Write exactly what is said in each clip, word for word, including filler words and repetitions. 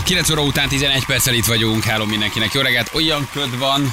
kilenc óra után tizenegy perccel itt vagyunk. Hello mindenkinek, jó reggelt. Olyan köd van,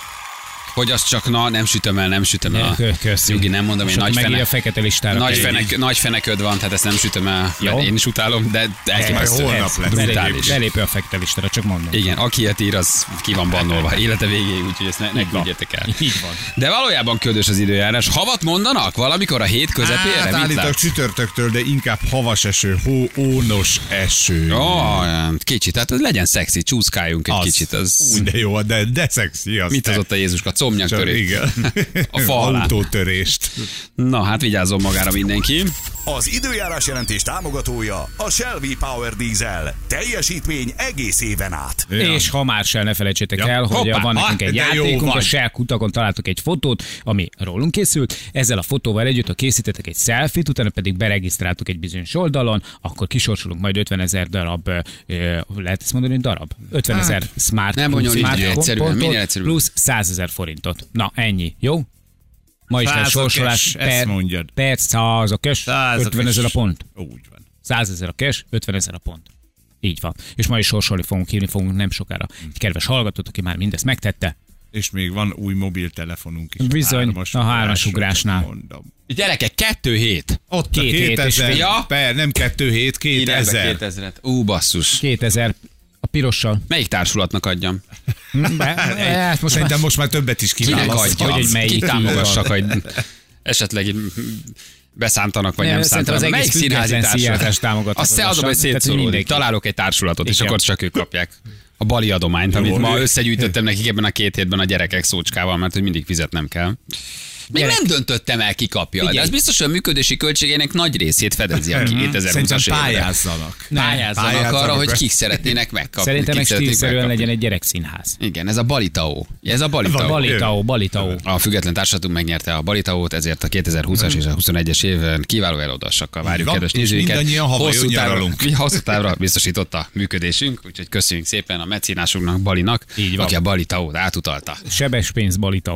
hogy azt csak na, nem sütöm el, nem sütöm el. Köszi. Nyugi, nem mondom, hogy nagy fene, a fekete listára. nagy, fene, nagy feneköd van, tehát ezt nem sütöm el, jó. mert én is utálom, de elképesztő. Holnap lesz. Brutális. Belépő a fekete listára, csak mondom. Igen, aki ilyet ír, az ki van bannolva élete végéig, úgyhogy ezt ne, ne küldjetek el. Így van. De valójában ködös az időjárás. Havat mondanak valamikor a hét közepére? Hát állítólag csütörtöktől, de inkább havas eső, hó, ónos eső. Oh, kicsit, tehát legyen szexi, csúszkáljunk egy az, kicsit. Az... Úgy, de jó, de, de szexi. Az Mit az ott a Jézuska? Comnyaktörés? Igen. A fa alá. Autótörést. Na, hát vigyázzon magára mindenki. Az időjárás jelentés támogatója a Shell V-Power Diesel. Teljesítmény egész éven át. Ja. És ha már Shell, ne felejtsétek Ja. el, hogy Hoppá, van nekünk ha, egy de jó játékunk, a vagy. Shell kutakon találtok egy fotót, ami rólunk készült. Ezzel a fotóval együtt, ha készítetek egy selfie-t, utána pedig beregisztráltuk egy bizonyos oldalon, akkor kisorsolunk majd ötvenezer darab, ö, lehet ezt mondani, darab? ötvenezer smart, nem bonyolítsd, smart egyszerűen, pontot, minél egyszerűbb. plusz százezer forintot. Na, ennyi, jó? Ma is lesz Száz a sorsolás cash, ezt mondjad. per száz a cash, Száz a ötvenezer a cash. pont. Úgy van. százezer a cash, ötvenezer a pont. Így van. És ma is sorsolni fogunk, hívni fogunk nem sokára. Egy kedves hallgatót, aki már mindezt megtette. És még van új mobiltelefonunk is. Bizony, Hármas a hármas ugrásra, ugrásnál. mondom. Gyerekek, kettő hét. Ott Két a hét és kétezer, fél. Ja. per, nem kettő hét, kétezer. kétezret. Ú, basszus. kétezer a pirossal. Melyik társulatnak adjam? Hm, be- hát most Szerintem most már többet is Kinek kiválaszt. adjam? hogy egy melyik Ki támogassak, van. hogy esetleg így beszántanak, vagy nem, nem Szerintem szántanak. az Melyik egész színházi független társulat? szíjátás támogatható. Azt adom, hogy Tehát szétszólódik. mindenki. Találok egy társulatot, és Igen. akkor csak ők kapják. A bali adományt, amit Jó, ma jó. összegyűjtöttem nekik ebben a két hétben a gyerekek szócskával, mert hogy mindig fizetnem kell. Még Gyerek. nem döntöttem el, ki kapja, de Figyelj. ez biztos, hogy a működési költségének nagy részét fedezi a kétezer-húszas Szerintem évre. pályázzanak. Pályázzanak Pályázzanak arra, hogy be. kik szeretnének megkapni. Szerintem kik meg szeretnék stílszerűen megkapni. legyen egy gyerekszínház. Igen, ez a Balitao. Ez a Balitao. Balitao, Balitao. A független társadatunk megnyerte a Balitaót, ezért a kétezer-húszas és a huszonegyes évben kiváló eladósakkal várjuk Van, kedves és nézőinket. mindannyian havajon Hosszú távra, nyaralunk. mi hosszú távra biztosította a működésünk, úgyhogy köszönjük szépen a mecénásunknak, Balinak, Így van. aki a Balitaót átutalta. Sebes pénz Balitao.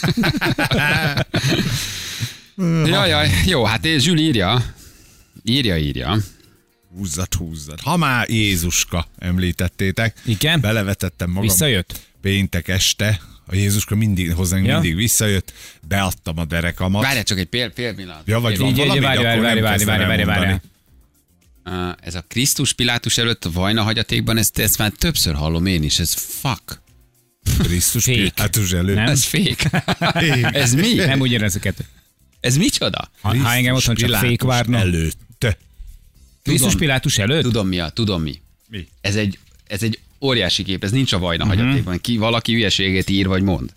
Jaj, jaj, jó, hát és Zsül írja, írja, írja. Húzzat, húzzat. Ha már Jézuska említettétek, Igen? belevetettem magam. Visszajött? Péntek este, a Jézuska mindig, hozzánk Ja. mindig visszajött, beadtam a derekamat. Várjál csak egy pél, pél pillanat. Ja, vagy van Így, így, valami, várj, de várj, akkor várj, nem várj, kezdem várj, el várj, mondani. Uh, ez a Krisztus Pilátus előtt a vajna hagyatékban, ezt, ezt már többször hallom én is, ez fuck. Krisztus Fék. Pilátus előtt. Nem? Ez fék. Ez mi? Nem ugyanezeket. Ez micsoda? Ha, ha engem otthon csak Pilátus fék várna. előtt. Krisztus Tudom. Pilátus előtt? Tudom mi, a, tudom mi. Mi? Ez egy, ez egy óriási kép, ez nincs a vajna uh-huh. hagyatékban. Ki, valaki hülyeséget ír vagy mond.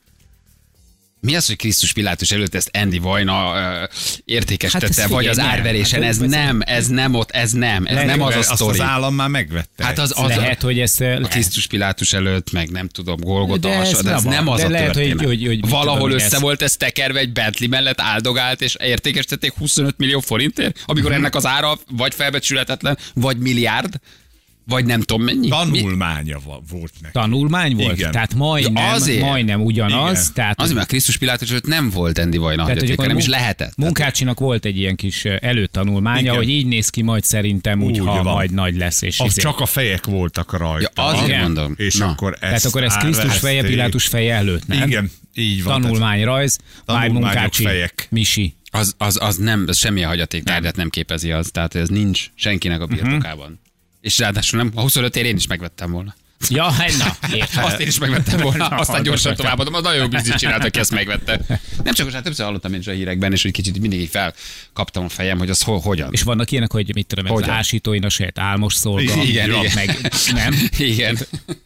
Mi az, hogy Krisztus Pilátus előtt ezt Andy Vajna uh, értékesítette, Hát ez vagy az figyelj, nem. árverésen? Hát ez ez- nem, ez nem ott, ez nem, ez Lehet, nem az a Azt sztori. az állam már megvette. Hát az, az Lehet, hogy ezt... a Krisztus Pilátus előtt, meg nem tudom, Golgota, De ez de, de ez nem nem a- az de a lehet, hogy- történet. hogy- hogy mit Valahol tudom én, össze ez- volt ez tekerve egy Bentley mellett áldogált, és értékesítették huszonöt millió forintért, amikor Mhm. ennek az ára vagy felbecsületetlen, vagy milliárd, vagy nem tudom mennyi. Mi? Tanulmánya va- volt neki. Tanulmány volt? Igen. Tehát majdnem, Ja, azért. majdnem ugyanaz. Igen. Tehát, Azért, mert Krisztus Pilátus előtt nem volt Andy Vajna tehát, hogy hagyatéka, akkor nem is mun- lehetett. Munkácsinak volt egy ilyen kis ö, előtanulmánya, Igen. hogy így néz ki majd szerintem, úgy, Úgy ha van. majd nagy lesz. És Az izé. csak a fejek voltak rajta. Ja, azért Igen. mondom. És Na. akkor ezt Tehát akkor ez Krisztus feje, árverezték. Pilátus feje előtt, nem? Igen, így van. Tanulmányrajz, Máj Tanulmányok, Munkácsi, fejek. Misi. Az, az, az nem, az semmi a hagyatéktárgyat nem képezi az, tehát ez nincs senkinek a birtokában. Uh-huh. És ráadásul nem, a huszonöt ér én is megvettem volna. Ja, hát na, értem. Azt én is megvettem volna, Na, aztán gyorsan hát, továbbadom, az nagyon jó biznisz csinált, aki ezt megvette. Nem csak most, hát többször hallottam én is a hírekben, és hogy kicsit mindig így felkaptam a fejem, hogy az ho- hogyan. És vannak ilyenek, hogy mit tudom, ez az Hogyan? ásítóin a saját álmos szolga. Igen, ja, igen. Meg, nem? Igen.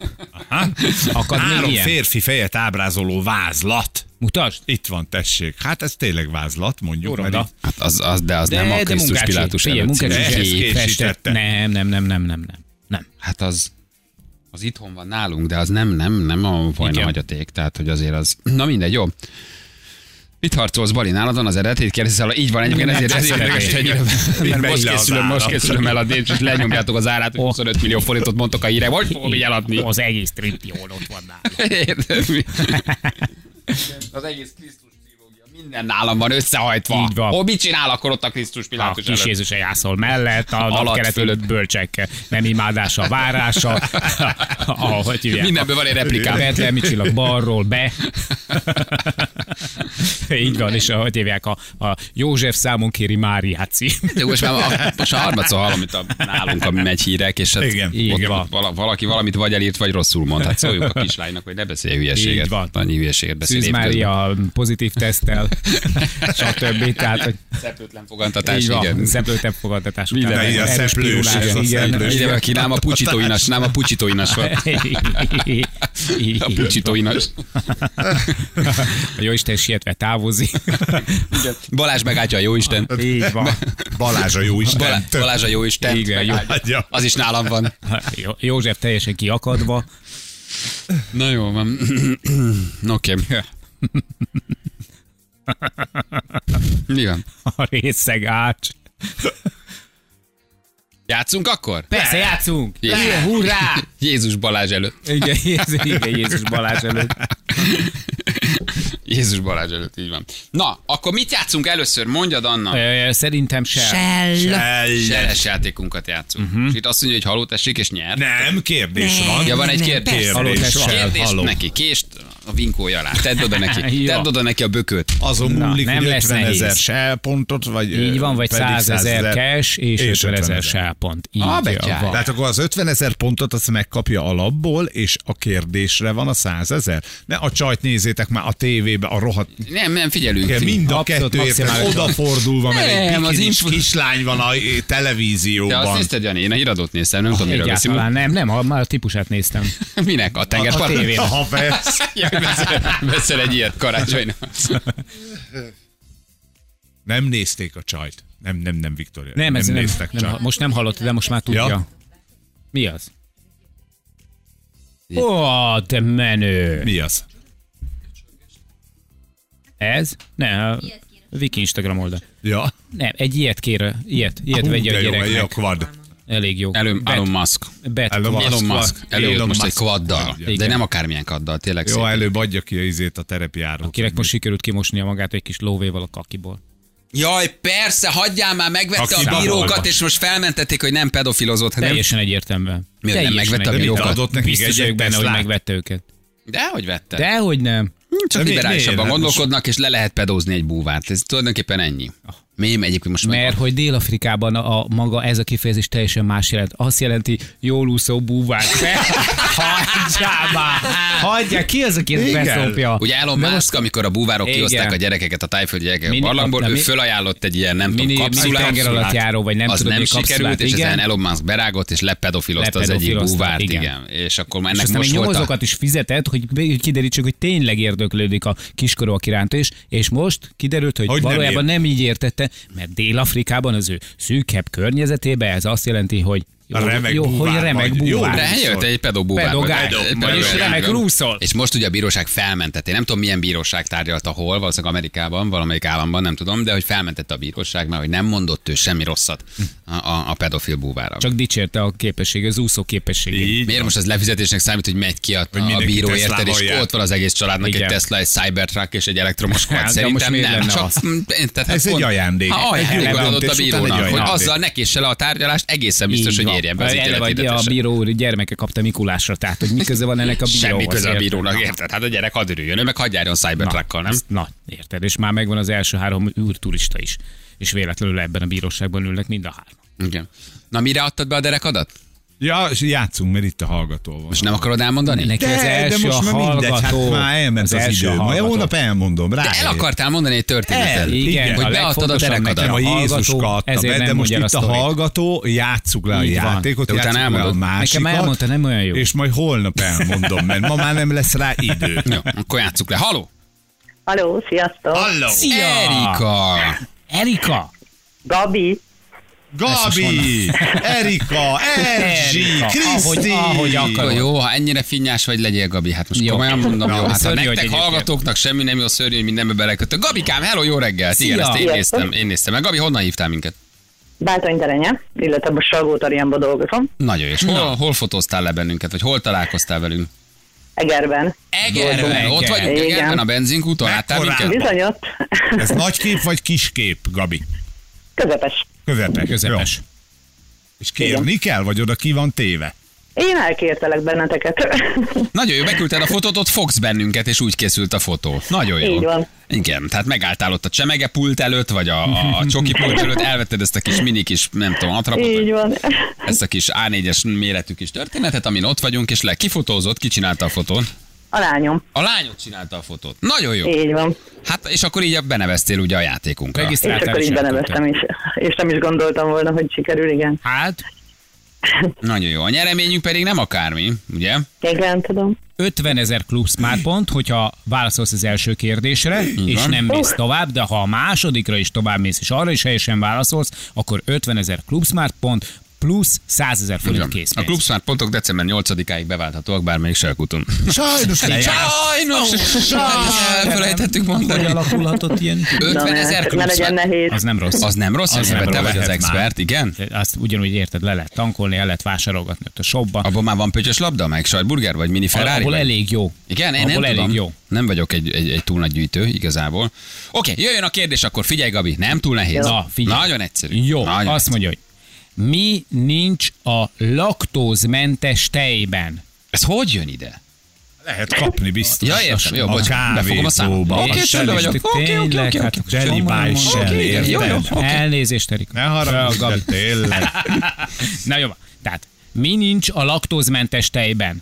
Akad még Három ilyen? férfi fejet ábrázoló vázlat. Mutasd. Itt van, tessék. Hát ez tényleg vázlat, mondjuk. Jó, mert de. itt- Hát az, az, de az De, nem a de Krisztus Munkácsi, Pilátus figyelj, előtt Munkácsi színű Ehhez se- kép. készítette. festett. Nem, nem, nem, nem, nem, nem. Nem. Hát az, az itthon van nálunk, de az nem, nem, nem a vajna Igen. hagyaték, tehát hogy azért az... Na mindegy, jó. Mit harcolsz, Bali? Nálad van az eredetét? Kérdezel, így van egyébként, ezért, ezért érdekes, hogy ennyire, mert most Megy le az készülöm, most ára. készülöm el a dét, és lenyomjátok az árát, hogy huszonöt millió forintot mondtok a híre, hogy fogom így eladni. Az egész triptión ott van nála. Érted mi? Az egész Krisztus trilógia. Minden nálam van összehajtva. Így van. Ó, mit csinál akkor ott a Krisztus A Pilátus kis előtt? Jézus jászol mellett, a Alatt napkeleti fölött. bölcsek nem imádása, várása, ahogy hívják. Mindenből van egy A replikám. Betlehemi csillag balról be. Így van, és ahogy hívják, a, a József számon kéri Máriát cím. De most már a, most a harmadszor hallom, amit a, nálunk, ami megy hírek, és hát Igen, ott így van. vala- valaki valamit vagy elírt, vagy rosszul mond. Hát szóljuk a kislánynak, hogy ne beszélj hülyeséget. Így van. Annyi hülyeséget beszél Szűz évközben. Mária pozitív teszttel, stb. Tehát, hogy Szeplőtlen fogantatás, így van, igen. szeplőtebb fogadtatás. Minden után megy, a erős szeplős, pirulás, ez a igen. szeplős. Ide valaki, nem a pucsitóinas, nem a pucsitóinas van. A pucsitóinas. A Jóisten sietve távozik. Balázs megállja a jóisten. Így van. Balázs a jó Isten. Balázs, Balázs a jóisten. Igen, jó. Adja. Az is nálam van. Jó- József teljesen kiakadva. Na jó van. Oké. Mi van? A részeg ács. Játszunk akkor? Persze, játszunk! Jézus. Le, hurrá! Jézus Balázs előtt. Igen, Jézus, igen, Jézus Balázs előtt. Jézus Balázs előtt, így van. Na, akkor mit játszunk először? Mondjad, Anna. Ö, Szerintem se. Seles játékunkat játszunk. Uh-huh. És itt azt mondja, hogy haló tessék, és nyer. Nem, kérdés van. Ja, van egy kérdés. Haló Kérdés tessék. van. Kérdés Haló. neki, kést a vinkója alá. Tedd oda neki. Jó. Tedd oda neki a bököt. Azon Na, múlik, nem hogy lesz ötven ezer nehéz. selpontot, vagy Így van, vagy pedig százezer cash és és ötven ezer ötven ezer. sápont. Így Ah, betyár. van. Tehát akkor az ötven ezer pontot azt megkapja alapból, és a kérdésre van a százezer. Ne a csajt nézzétek már a tévébe, a rohadt... Nem, nem figyelünk. Mind a Abszolút kettő érted, maximálisan. odafordulva, mert egy Nem, az bikinis info- kislány van a Te azt televízióban. nézted, Jani? Én a híradót néztem, nem tudom, miről beszélünk. Egyáltalán nem, nem, a- már a típusát néztem. Minek? A A tengerparton? tévén. Ha vesz. Ja, veszel, veszel egy ilyet karácsonyra. Nem nézték a csajt. Nem, nem, nem, Viktória. Nem, ez nem, néztek nem, csajt. most nem hallott, de most már tudja. Ja. Mi az? Ó, te menő. Mi az? Ez? Ne, a Viki Instagram oldal. Ja. Nem, egy ilyet kér, ilyet, ilyet Hú, vegye a de jó, gyereknek. jó, quad. Elég jó. Elő, Bet- Elon Musk. Bet Elon quad. Musk. Elon Musk. Előjött Elon most egy Musk. quaddal. Igen. De nem akármilyen quaddal, tényleg Jó, szép. előbb adja ki a izét a terepjárót. Akinek most sikerült kimosnia magát egy kis lóvéval a kakiból. Jaj, persze, hagyjál már, megvette Aki a bírókat, babolva. és most felmentették, hogy nem pedofilozott, hanem... Teljesen egyértelműen. Mi, nem Teljesen megvette a egyértelműen. bírókat? Adott nekik Biztos egy vagyok benne, hogy Teslát. megvette őket. Dehogy vette. Dehogy nem. Csak De mi- liberálisabban miért? Hát gondolkodnak, és le lehet pedózni egy búvárt. Ez tulajdonképpen ennyi. Mém egyébként most Mert meg... hogy Dél-Afrikában a, a maga ez a kifejezés teljesen más jelent. Azt jelenti jól úszó búvár. Hagyjál már! Hagyjál, ki az, aki ezt Igen. beszopja? Ugye Elon De Musk, amikor a búvárok Igen. kihozták a gyerekeket, a tájföldi gyerekeket a Mini- barlangból, na, ő mi- fölajánlott egy ilyen, nem Mini- tudom, mini kapszulát. tenger alatt járó, vagy nem az tudom, nem mi kapszulát, sikerült, és igen. ezen Elon Musk berágott, és lepedofilozta az egyik Lepedofilozta, búvárt, igen. igen. És akkor már És ennek aztán még most volt a... nyomozókat is fizetett, hogy hogy kiderítsük, hogy tényleg érdeklődik a kiskorúak iránt is, és most kiderült, hogy, Hogy nem valójában ér- nem, így értette, mert Dél-Afrikában az ő szűkebb környezetében ez azt jelenti, hogy jó, Remek jó, hogy búvár remek vagy. Jó, búvár. De jött egy pedobúvár. Pedogány. Vagyis remek úszol. És most ugye a bíróság felmentette. Én nem tudom, milyen bíróság tárgyalta hol, valószínűleg Amerikában, valamelyik államban, nem tudom, de hogy felmentette a bíróság, mert hogy nem mondott ő semmi rosszat a, a, a pedofil búvára. Csak dicsérte a képesség, az úszó képességét. Így Miért van. most az lefizetésnek számít, hogy megy ki a, Hogy a mindenki bíró Teslával érted, és jár. ott van az egész családnak Igen. egy Tesla, egy Cybertruck és egy elektromos quad. Hát, de most Szerintem miért nem. lenne Csak, az? tehát Ez pont- egy ajándék. Ha, Egy ajándékot jó adott a döntés után egy bírónak, hogy ajándék. azzal ne késse le a tárgyalást, egészen biztos, Így hogy van. érjen be az Eleve vagy a ítélethirdetésre. bíró úr gyermeke kapta Mikulásra, tehát hogy mi köze van ennek a bíróhoz. Semmi köze a érted? bírónak, érted? Hát a gyerek hadd örüljön, ő meg hadd járjon Cybertruckkal, nem? ezt- Na, érted, és már megvan az első három űrturista is. És véletlenül ebben a bíróságban ülnek mind a három. Igen. Na mire adtad be a derekadat? Ja, és játszunk, mert itt a hallgató van. Most nem akarod elmondani? Neki De, az első de most a már mindegy, hallgató. hát már elment az, az első idő. a Majd hallgató. holnap elmondom rá. De el akartál mondani egy történetet. El, Igen, igen, hogy a beadtad a legfontosabb derekadat. nekem Nem, a hallgató, Jézuska adta ezért be, nem de most mondja el itt a a sztorit. hallgató, játsszuk le a Így van. játékot, De utána játsszuk le a elmondod. másikat. Nekem elmondta, nem olyan jó. És majd holnap elmondom, mert ma már nem lesz rá idő. Jó, akkor játsszuk le. Haló! Halló, sziasztok! Halló! Szia! Erika! Erika! Gabi, Gabi! Erika! Erzsi! Erika, ahogy- Kriszti! ahogy akarod. Jó, jó, ha ennyire finnyás vagy, legyél, Gabi. Hát most Jó. komolyan mondom, Na, jó. Hát ha szörnyű, hogy nektek egyébként. hallgatóknak semmi nem jó, szörnyű, hogy mindenbe belekötök. Gabikám, hello, jó reggelt! Szia. Igen, ezt én Sziasztok. néztem, én néztem meg. Gabi, honnan hívtál minket? Bátony Terenye, illetve most Salgótarjánban dolgozom. Nagyon, és hol, hol fotóztál le bennünket, vagy hol találkoztál velünk? Egerben. Egerben, Eger. ott vagyunk Igen. Egerben a benzinkúton, láttál Mekkorán? minket? Bizony ott. Ez nagy kép vagy kis kép, Gabi? Közepes. Közepes. Közepes. Jó. És kérni kell, vagy oda ki van téve? Én elkértelek benneteket. Nagyon jó, beküldted a fotót, ott fogsz bennünket, és úgy készült a fotó. Nagyon jó. Így van. Igen, tehát megálltál ott a csemegepult előtt, vagy a, a csoki pult előtt, elvetted ezt a kis mini kis, nem tudom, atrapot, Így van. ezt a kis á négyes méretű kis történetet, amin ott vagyunk, és le kifotózott, ki csinálta a fotót? A lányom. A lányot csinálta a fotót. Nagyon jó. Így van. Hát, és akkor így beneveztél ugye a játékunkra. És Regisztráltál akkor is így elküldted. beneveztem is. És nem is gondoltam volna, hogy sikerül, igen. Hát, Nagyon jó. A nyereményünk pedig nem akármi, ugye? Igen, tudom. ötvenezer klub smart pont, hogyha válaszolsz az első kérdésre, és van. nem mész tovább, de ha a másodikra is tovább mész, és arra is helyesen válaszolsz, akkor ötvenezer klub smart pont plusz százezer forint Igen. A készpénz. Club Smart pontok december nyolcadikáig beválthatóak bármelyik selkúton. Sajnos lejárt. Sajnos! Elfelejtettük Hogy mondani. alakulhatott ilyen? ötven ezer ne Club legyen Smart. nehéz. Az nem rossz. Az nem rossz, Az az nem te rossz. vagy az Lehet expert, igen? Azt ugyanúgy érted, le lehet tankolni, el lehet vásárolgatni ott a shopba. Abban már van pöttyös labda, meg sajtburger, vagy mini Ferrari? Abból vagy? elég jó. Igen, én Abból nem elég tudom. jó. Nem vagyok egy, egy, egy túl nagy gyűjtő, igazából. Oké, jöjjön a kérdés akkor, figyelj Gabi, nem túl nehéz. Na, figyelj. Nagyon egyszerű. Jó, Nagyon azt mondja, hogy mi nincs a laktózmentes tejben? Ez hogy jön ide? Lehet kapni biztos. Ja, értem, jó, A bocs, befogom a számot. kávézóba. Oké, a csöndben vagyok. Shelly- Oké, oké, Tényleg, oké, hát oké. Deli csomóan by mondom. Shell, Oké, jó, jó. érted? Oké. Elnézést, Erik. Ne haragudj, de Gabi. tényleg. Na jó, tehát mi nincs a laktózmentes tejben?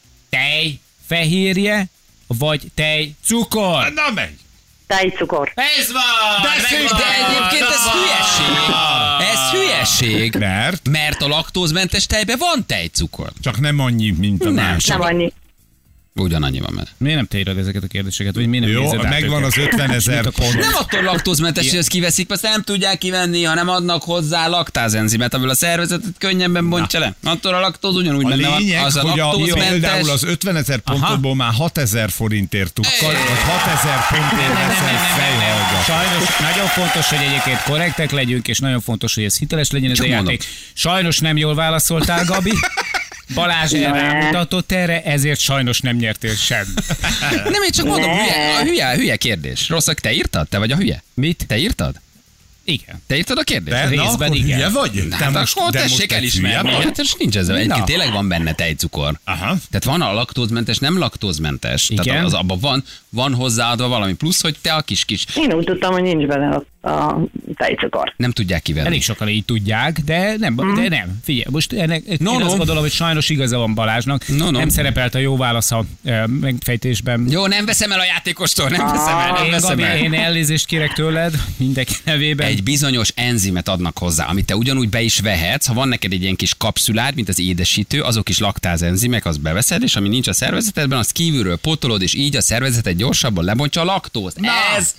Tej, fehérje, vagy tej, cukor? Na megy. Tejcukor. Ez van! De szép, De egyébként ez hülyeség. Ez hülyeség. Mert? Mert a laktózmentes tejben van tejcukor. Csak nem annyi, mint a Nem, más. Nem annyi. Ugyanannyi van benne. Miért nem te írod ezeket a kérdéseket, vagy miért nem Jó, nézed át megvan őket? az ötvenezer Mit akarsz? pont. Nem attól laktózmentes, hogy ezt kiveszik, azt nem tudják kivenni, hanem adnak hozzá laktázenzimet, amiből a szervezetet könnyebben bontja le. Attól a laktóz ugyanúgy A benne lényeg, van. Az a hogy a, laktózmentes. például az ötvenezer pontodból már hatezer forintért tudsz, vagy hatezer pontért leszel fejhallgat. Sajnos nagyon fontos, hogy egyébként korrektek legyünk, és nagyon fontos, hogy ez hiteles legyen ez Csak a mondom. játék. Sajnos nem jól válaszoltál, Gabi. Balázs Ne. rámutatott erre, ezért sajnos nem nyertél sem. Nem, én csak mondom, Ne. hülye, a hülye, hülye kérdés. Rosszak, te írtad? Te vagy a hülye? Mit? Te írtad? Igen. Te írtad a kérdést? De, na, részben akkor igen. hülye vagy? Hát akkor de tessék te elismerni. hülye vagy? Hát ez nincs ezzel. Egyébként tényleg van benne tejcukor. Aha. Tehát van a laktózmentes, nem laktózmentes. Igen. Tehát az abban van, van hozzáadva valami plusz, hogy te a kis-kis Én úgy tudtam, hogy nincs benne a, a tejcukor. nem tudják kivenni. Elég sokan így tudják, de nem, de nem. Figyelj, most ennek, No, én no. azt gondolom, hogy sajnos igaza van Balázsnak. No, no. Nem szerepelt a jó válasz a e, megfejtésben. Jó, nem veszem el a játékostól, nem veszem el, nem Én, veszem Gabi, el. én elnézést kérek tőled, mindenki nevében. Egy bizonyos enzimet adnak hozzá, amit te ugyanúgy be is vehetsz, ha van neked egy ilyen kis kapszulád, mint az édesítő, azok is laktázenzimek, azt beveszed, és ami nincs a szervezetedben, azt kívülről pótolod, és így a szervezetet gyorsabban lebontja a laktóz. Ez,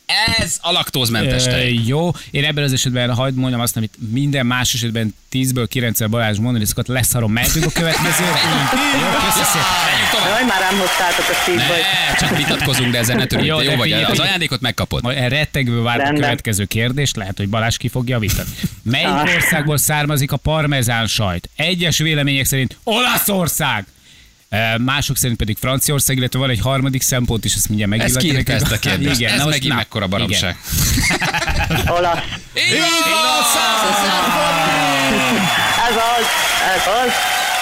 ez a laktózmentes Ö, tej. jó, én ebben az esetben hagyd mondjam azt, amit minden más esetben tízből kilencszer Balázs mondani, szokat leszarom, mehetünk a következőre. Jó, köszi szépen. Jaj, már rám hoztátok a szívből. Ne, csak vitatkozunk, de ezen ne törődj. Jó, Jó, de jó vagy, figyelj, az figyelj. ajándékot megkapod. Majd rettegve várjuk a Rendben. következő kérdést, lehet, hogy Balázs ki fog javítani. Melyik Ah. országból származik a parmezán sajt? Egyes vélemények szerint Olaszország! E, Mások szerint pedig Franciaország, illetve van egy harmadik szempont is, ezt mindjárt Ez megilleti kiírta neked. ezt a kérdést. Igen, Ez na most megint na, mekkora baromság. Olasz. Így van, százezer Ez az, ez az.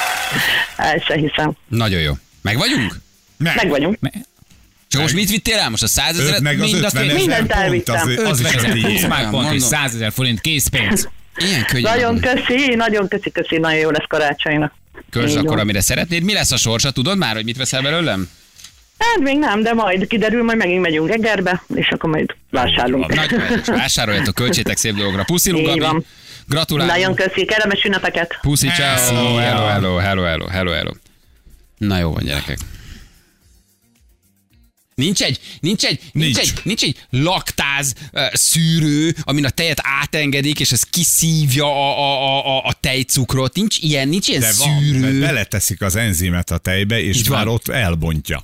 El se hiszem. Nagyon jó. Meg vagyunk? Meg vagyunk. igen. Csak most mit vittél el? Most a Öt százezeret? meg az mind a ötven két- ezer mindent pont, az, elvittem. az is ötven a ezer plusz tiéd. már pont és mondom. százezer forint készpénz. Ilyen könnyű. Nagyon köszi, nagyon köszi, köszi, nagyon jó lesz karácsonynak. Kösz Így akkor, van. amire szeretnéd. Mi lesz a sorsa? Tudod már, hogy mit veszel belőlem? Hát még nem, de majd kiderül, majd megint megyünk Egerbe, és akkor majd vásárolunk. Nagy kérdés. Vásároljatok, költsétek szép dolgokra. Puszilunk, Így Gabi. van. Gratulálunk. Nagyon köszi, kellemes ünnepeket. Puszi, ciao. Szia. Hello, hello, hello, hello, hello, hello. Na jó van, gyerekek. Nincs egy, nincs egy, nincs, Nincs. egy, nincs egy laktáz uh, szűrő, amin a tejet átengedik, és ez kiszívja a, a, a, a tejcukrot. Nincs ilyen, nincs ilyen De van, szűrő. mert beleteszik az enzimet a tejbe, és Így már van. ott elbontja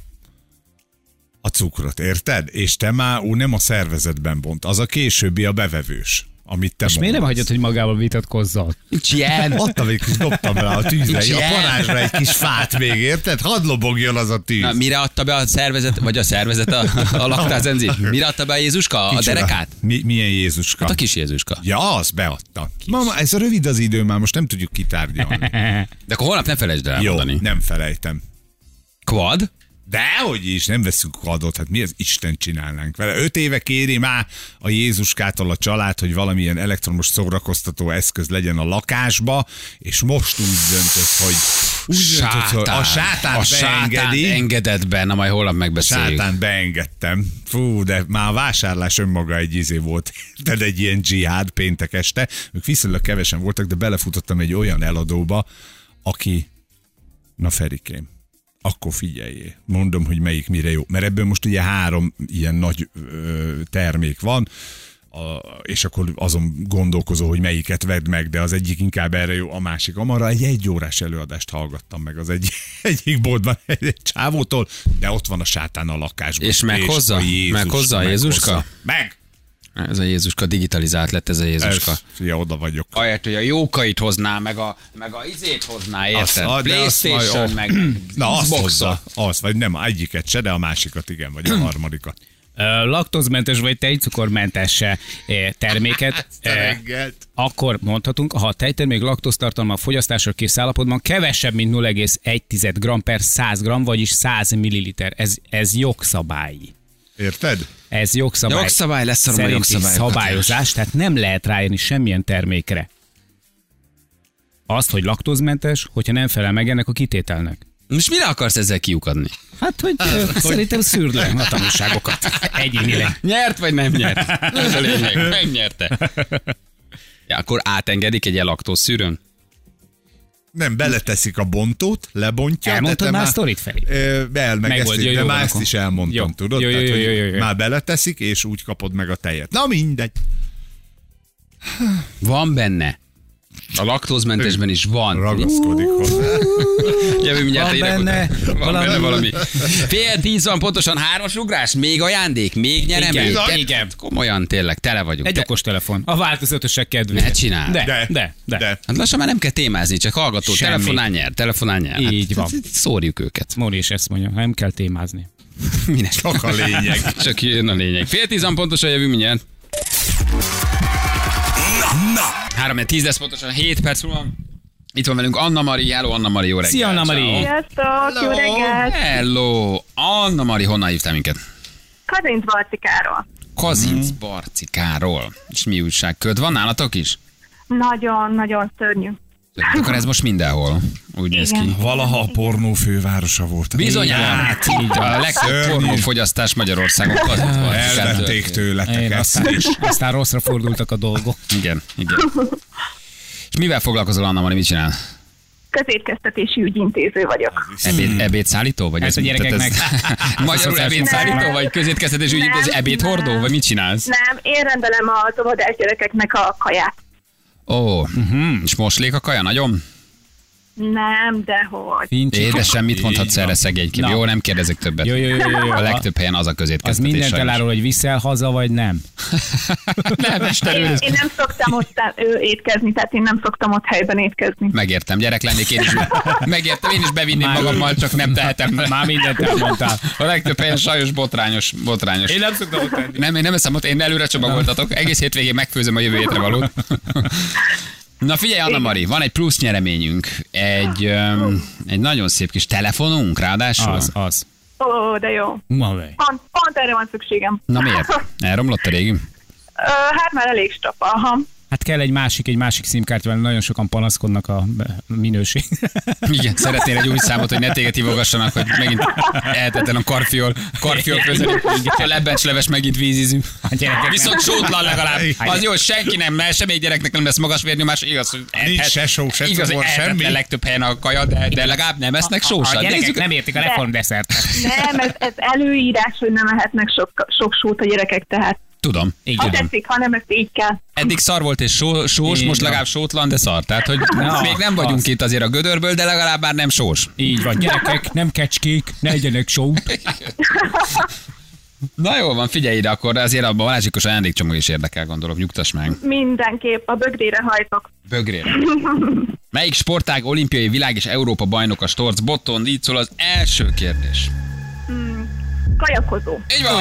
a cukrot, érted? És te már ú, nem a szervezetben bont, az a későbbi a bevevős. amit te És miért nem mondasz. hagyod, hogy magával vitatkozzon? Nincs ilyen. Adtam egy kis, dobtam rá a tűzre, Nincs a ilyen. parázsra egy kis fát még, érted? Hadd lobogjon az a tűz. Na, mire adta be a szervezet, vagy a szervezet a, a laktázenzit? Mire adta be a Jézuska? A Kicsoda? derekát? Mi, milyen Jézuska? Hát a kis Jézuska. Ja, az beadta. Mama, ez a rövid az idő, már most nem tudjuk kitárgyalni. De akkor holnap ne felejtsd el Jó, elmondani. nem felejtem. Quad? Dehogy is, nem veszünk adót, hát mi az Isten csinálnánk vele. Öt éve kéri már a Jézuskától a család, hogy valamilyen elektromos szórakoztató eszköz legyen a lakásba, és most úgy döntött, hogy úgy döntött, hogy a sátán a sátán beengedi. engedett be, na majd holnap megbeszéljük. Sátán beengedtem. Fú, de már a vásárlás önmaga egy izé volt. Tehát egy ilyen dzsihád péntek este. Ők viszonylag kevesen voltak, de belefutottam egy olyan eladóba, aki, na Ferikém, akkor figyeljé. Mondom, hogy melyik mire jó. Mert ebből most ugye három ilyen nagy ö, termék van, a, és akkor azon gondolkozó, hogy melyiket vedd meg, de az egyik inkább erre jó, a másik amarra. Egy egyórás előadást hallgattam meg az egy, egyik boltban egy csávótól, de ott van a sátán a lakásban. És meghozza? a Jézus Meghozza a Jézuska? meghozza. Meg! Ez a Jézuska, digitalizált lett ez a Jézuska. Ez, fia, oda vagyok. Ahelyett, hogy a jókait hozná, meg a, meg a izét hozná, Azt- érted? ah, de azt PlayStation, majd- meg Na, azt Xbox-ot. hozza. Azt, vagy nem, egyiket se, de a másikat igen, vagy a harmadikat. Ö, Laktózmentes vagy tejcukormentes eh, terméket, eh, Reggelt. akkor mondhatunk, ha a tejtermék laktóztartalma a fogyasztásra kész állapotban kevesebb, mint nulla egész egy gram per száz gram, vagyis száz milliliter. Ez, ez jogszabály. Érted? Ez jogszabály. Jogszabály lesz, arra a szerinti jogszabályokat. szabályozás, tehát nem lehet rájönni semmilyen termékre. Azt, hogy laktózmentes, hogyha nem felel meg ennek a kitételnek. Most mire akarsz ezzel kiukadni? Hát, hogy ö, szerintem szűrd le a tanulságokat egyénileg. Nyert vagy nem nyert? Ez a lényeg, megnyerte. Ja, akkor átengedik egy ilyen laktózszűrőn? Nem, beleteszik a bontót, lebontja. Elmondtad de te már a sztorit, Feri? Ö, el, meg Meg ezt, volt, is- jó, de jó, már van ezt akkor. is elmondtam, Jó. tudod? Jó, jó, Tehát, jó, hogy jó, jó, jó. már beleteszik, és úgy kapod meg a tejet. Na mindegy. Van benne. A laktózmentesben is van. Ragaszkodik hozzá. Jövő mindjárt Van írek benne után. Van valami. benne valami. Fél tíz van, pontosan hármas ugrás, még ajándék, még nyeremű. Igen, Te- igen. Komolyan, tényleg, tele vagyunk. Egy De- okostelefon. A változatosság kedvéért. Ne csináld. De, De, de, de. de. Hát lassan már nem kell témázni, csak hallgató, Semmi. telefonál nyer, telefonál nyer. Hát, Így van. Szórjuk őket. Mori is ezt mondja, nem kell témázni. Minek? Csak a lényeg. Csak jön a lényeg. Fél tízan pontosan jövő mindjárt. Na, na, Három tíz lesz pontosan, hét perc múlva. Itt van velünk Anna Mari. Hello, Anna Mari, jó reggelt. Szia, Anna Mari. Ciao. Sziasztok, jó reggelt! Hello. Anna Mari, honnan hívtál minket? Kazinc Barcikáról. Kazinc Mhm. Barcikáról. És mi újság? Köd van nálatok is? Nagyon-nagyon szörnyű. Akkor ez most mindenhol. Úgy néz ki. Igen. Valaha a pornó fővárosa volt. Bizonyára. Hát, így van. A legtöbb Szörnyű. pornófogyasztás Magyarországon. Kazinc Barcikától. Elvették tőletek Én ezt aztán, is. aztán rosszra fordultak a dolgok. Igen, igen. És mivel foglalkozol, Anna Mari, mit csinál? Közétkeztetési ügyintéző vagyok. Ebéd, ebédszállító? Vagy Hát ez, a gyerekeknek- tehát ez- Magyarul Nem. ebédszállító? Vagy közétkeztetés ügyintéző? Nem, Ebédhordó? nem. Vagy mit csinálsz? Nem, én rendelem az óvodás gyerekeknek a kaját. Ó, uh-huh. És moslék a kaja nagyon? Nem, dehogy. Fincsi. Édesem, mit Így mondhatsz van. erre szegénykém? Na. Jó, nem kérdezek többet. Jó, jó, jó, jó, jó. A legtöbb helyen az a Az közétkeztetés. mindent sajnos. elárul, hogy viszel haza, vagy nem. Nem, Isten Én, őriz. én nem szoktam ott ő, étkezni, tehát én nem szoktam ott helyben étkezni. Megértem, gyerek lennék én is. Megértem, én is bevinném Már- magammal, csak nem tehetem. Már mindent elmondtál. A legtöbb helyen sajnos botrányos, botrányos. Én nem szoktam ott tenni. Nem, én nem eszem ott, én előre csomagoltatok. Egész hétvégén megfőzöm a jövő hétre valót. Na figyelj, Anna Mari, van egy plusz nyereményünk. Egy, um, egy nagyon szép kis telefonunk, ráadásul. Az, az. Ó, de jó. Ma vej. Pont, pont erre van szükségem. Na miért? Elromlott a régi? Ö, hát már elég stapa, aha. Hát kell egy másik, egy másik szimkártya, mert nagyon sokan panaszkodnak a minőség. Igen, szeretnél egy új számot, hogy ne téged hívogassanak, hogy megint eltetlen a karfiol, karfiol között, a lebbencsleves megint vízizű. A gyerekek Viszont sótlan legalább. Hát- Az jó, hogy senki nem, mert semmelyik gyereknek nem lesz magas vérnyomás, igaz, hogy Nincs ehet- se só, se igaz, hogy cukor, ehetne semmi. legtöbb helyen a kaja, de, de legalább nem esznek A sósat. gyerekek Nézzük, nem értik a reformdesszertet. Nem, ez, ez előírás, hogy nem ehetnek sok, sok sót a gyerekek, tehát tudom, így ha tudom. tetszik, hanem ezt így kell. Eddig szar volt és só, sós, Így most van. legalább sótlan, de szar. Tehát, hogy Na, még nem vagyunk az. itt azért a gödörből, de legalább már nem sós. Így van, gyerekek, nem kecskék, ne egyenek sót. Na jó van, figyelj ide, akkor azért a Balázsikos ajándékcsomag is érdekel, gondolok, nyugtass meg. Mindenképp a bögrére hajtok. Bögrére. Melyik sportág olimpiai, világ és Európa bajnok a Storz Botton? Így szól az első kérdés. Mm, kajakozó. Így van!